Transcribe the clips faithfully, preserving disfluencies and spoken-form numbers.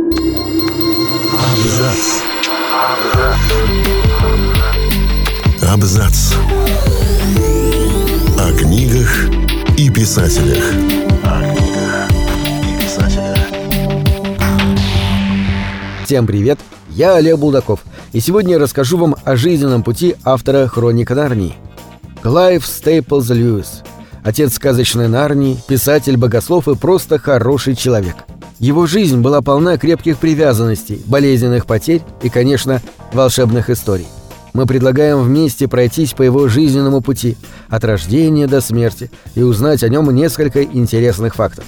Абзац. Абзац. О книгах и писателях. О книгах и писателях. Всем привет, я Олег Булдаков, и сегодня я расскажу вам о жизненном пути автора «Хроник Нарнии». Клайв Стейплз Льюис. Отец сказочной Нарнии, писатель, богослов и просто хороший человек. Его жизнь была полна крепких привязанностей, болезненных потерь и, конечно, волшебных историй. Мы предлагаем вместе пройтись по его жизненному пути, от рождения до смерти, и узнать о нем несколько интересных фактов.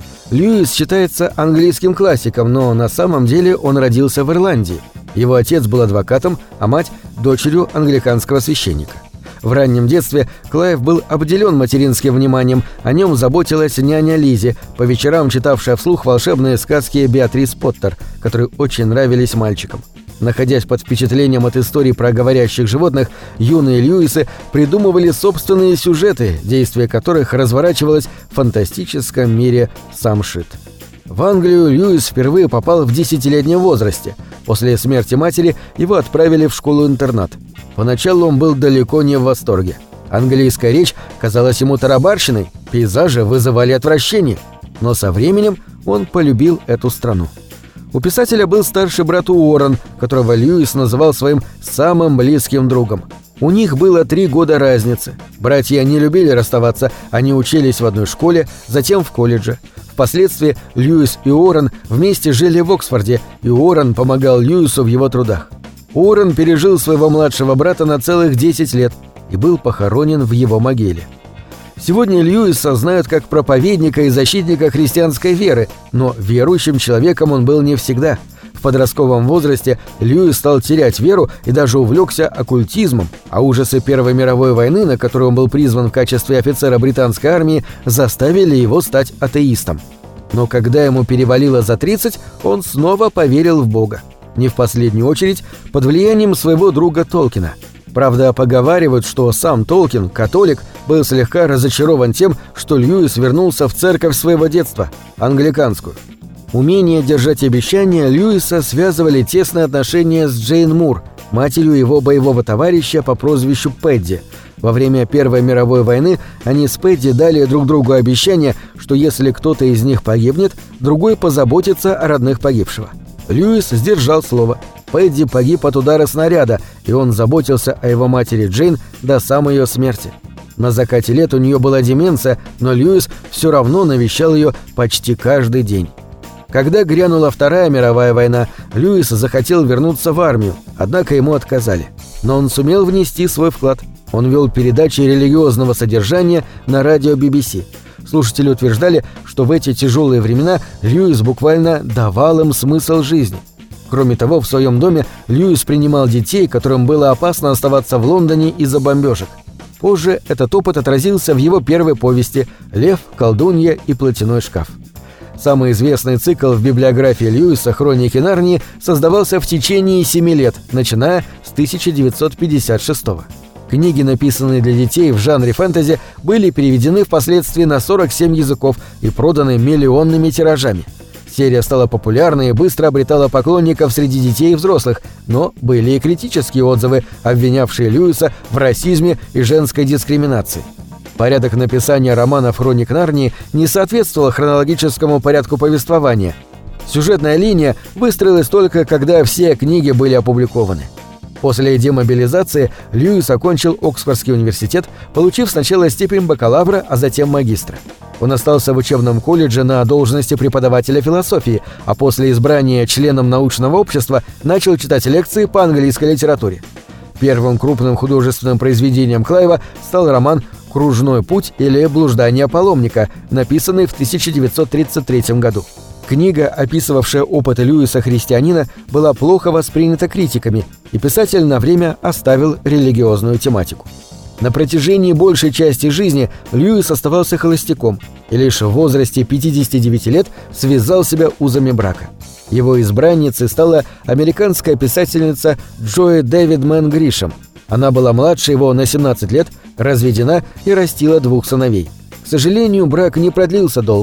Льюис считается английским классиком, но на самом деле он родился в Ирландии. Его отец был адвокатом, а мать – дочерью англиканского священника. В раннем детстве Клайв был обделен материнским вниманием, о нем заботилась няня Лизи, по вечерам читавшая вслух волшебные сказки Беатрис Поттер, которые очень нравились мальчикам. Находясь под впечатлением от историй про говорящих животных, юные Льюисы придумывали собственные сюжеты, действие которых разворачивалось в фантастическом мире самшит. В Англию Льюис впервые попал в десятилетнем возрасте. После смерти матери его отправили в школу-интернат. Поначалу он был далеко не в восторге. Английская речь казалась ему тарабарщиной, пейзажи вызывали отвращение. Но со временем он полюбил эту страну. У писателя был старший брат Уоррен, которого Льюис называл своим самым близким другом. У них было три года разницы. Братья не любили расставаться, они учились в одной школе, затем в колледже. Впоследствии Льюис и Уоррен вместе жили в Оксфорде, и Уоррен помогал Льюису в его трудах. Уоррен пережил своего младшего брата на целых десять лет и был похоронен в его могиле. Сегодня Льюиса знают как проповедника и защитника христианской веры, но верующим человеком он был не всегда. В подростковом возрасте Льюис стал терять веру и даже увлекся оккультизмом, а ужасы Первой мировой войны, на которую он был призван в качестве офицера британской армии, заставили его стать атеистом. Но когда ему перевалило за тридцать, он снова поверил в Бога. Не в последнюю очередь под влиянием своего друга Толкина. Правда, поговаривают, что сам Толкин, католик, был слегка разочарован тем, что Льюис вернулся в церковь своего детства, англиканскую. Умение держать обещания Льюиса связывали тесные отношения с Джейн Мур, матерью его боевого товарища по прозвищу Пэдди. Во время Первой мировой войны они с Пэдди дали друг другу обещание, что если кто-то из них погибнет, другой позаботится о родных погибшего. Льюис сдержал слово. Пэдди погиб от удара снаряда, и он заботился о его матери Джейн до самой ее смерти. На закате лет у нее была деменция, но Льюис все равно навещал ее почти каждый день. Когда грянула Вторая мировая война, Льюис захотел вернуться в армию, однако ему отказали. Но он сумел внести свой вклад. Он вел передачи религиозного содержания на радио би би си. Слушатели утверждали, что в эти тяжелые времена Льюис буквально давал им смысл жизни. Кроме того, в своем доме Льюис принимал детей, которым было опасно оставаться в Лондоне из-за бомбежек. Позже этот опыт отразился в его первой повести «Лев, колдунья и платяной шкаф». Самый известный цикл в библиографии Льюиса «Хроники Нарнии» создавался в течение семи лет, начиная с тысяча девятьсот пятьдесят шестого. Книги, написанные для детей в жанре фэнтези, были переведены впоследствии на сорок семь языков и проданы миллионными тиражами. Серия стала популярной и быстро обретала поклонников среди детей и взрослых, но были и критические отзывы, обвинявшие Льюиса в расизме и женской дискриминации. Порядок написания романов «Хроник Нарнии» не соответствовал хронологическому порядку повествования. Сюжетная линия выстроилась только когда все книги были опубликованы. После демобилизации Льюис окончил Оксфордский университет, получив сначала степень бакалавра, а затем магистра. Он остался в учебном колледже на должности преподавателя философии, а после избрания членом научного общества начал читать лекции по английской литературе. Первым крупным художественным произведением Клайва стал роман «Кружной путь» или «Блуждание паломника», написанный в тысяча девятьсот тридцать третьем году. Книга, описывавшая опыт Льюиса-христианина, была плохо воспринята критиками, и писатель на время оставил религиозную тематику. На протяжении большей части жизни Льюис оставался холостяком и лишь в возрасте пятидесяти девяти лет связал себя узами брака. Его избранницей стала американская писательница Джои Дэвидмэн Гришэм. Она была младше его на семнадцать лет, разведена и растила двух сыновей. К сожалению, брак не продлился долго.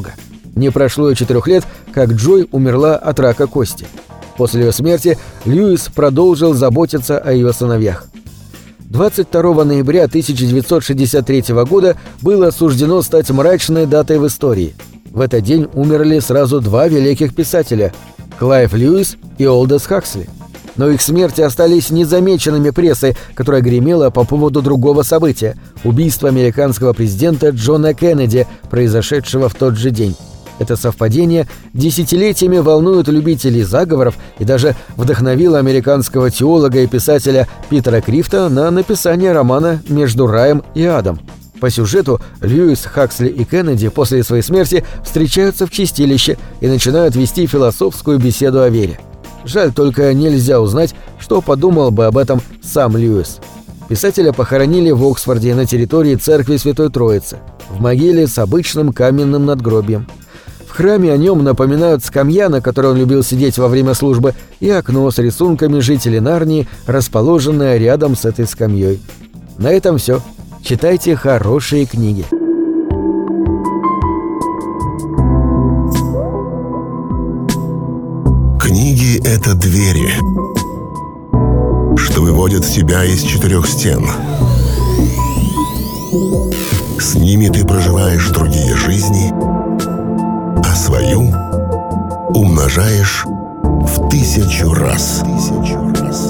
Не прошло и четырех лет, как Джой умерла от рака кости. После ее смерти Льюис продолжил заботиться о ее сыновьях. двадцать второго ноября тысяча девятьсот шестьдесят третьего года было суждено стать мрачной датой в истории. В этот день умерли сразу два великих писателя – Клайв Льюис и Олдос Хаксли. Но их смерти остались незамеченными прессой, которая гремела по поводу другого события – убийства американского президента Джона Кеннеди, произошедшего в тот же день. Это совпадение десятилетиями волнует любителей заговоров и даже вдохновило американского теолога и писателя Питера Крифта на написание романа «Между раем и адом». По сюжету Льюис, Хаксли и Кеннеди после своей смерти встречаются в чистилище и начинают вести философскую беседу о вере. Жаль, только нельзя узнать, что подумал бы об этом сам Льюис. Писателя похоронили в Оксфорде на территории церкви Святой Троицы, в могиле с обычным каменным надгробием. В храме о нем напоминают скамья, на которой он любил сидеть во время службы, и окно с рисунками жителей Нарнии, расположенное рядом с этой скамьей. На этом все. Читайте хорошие книги. Книги — это двери, что выводят тебя из четырех стен. С ними ты проживаешь другие жизни, а свою умножаешь в тысячу раз. Тысячу раз.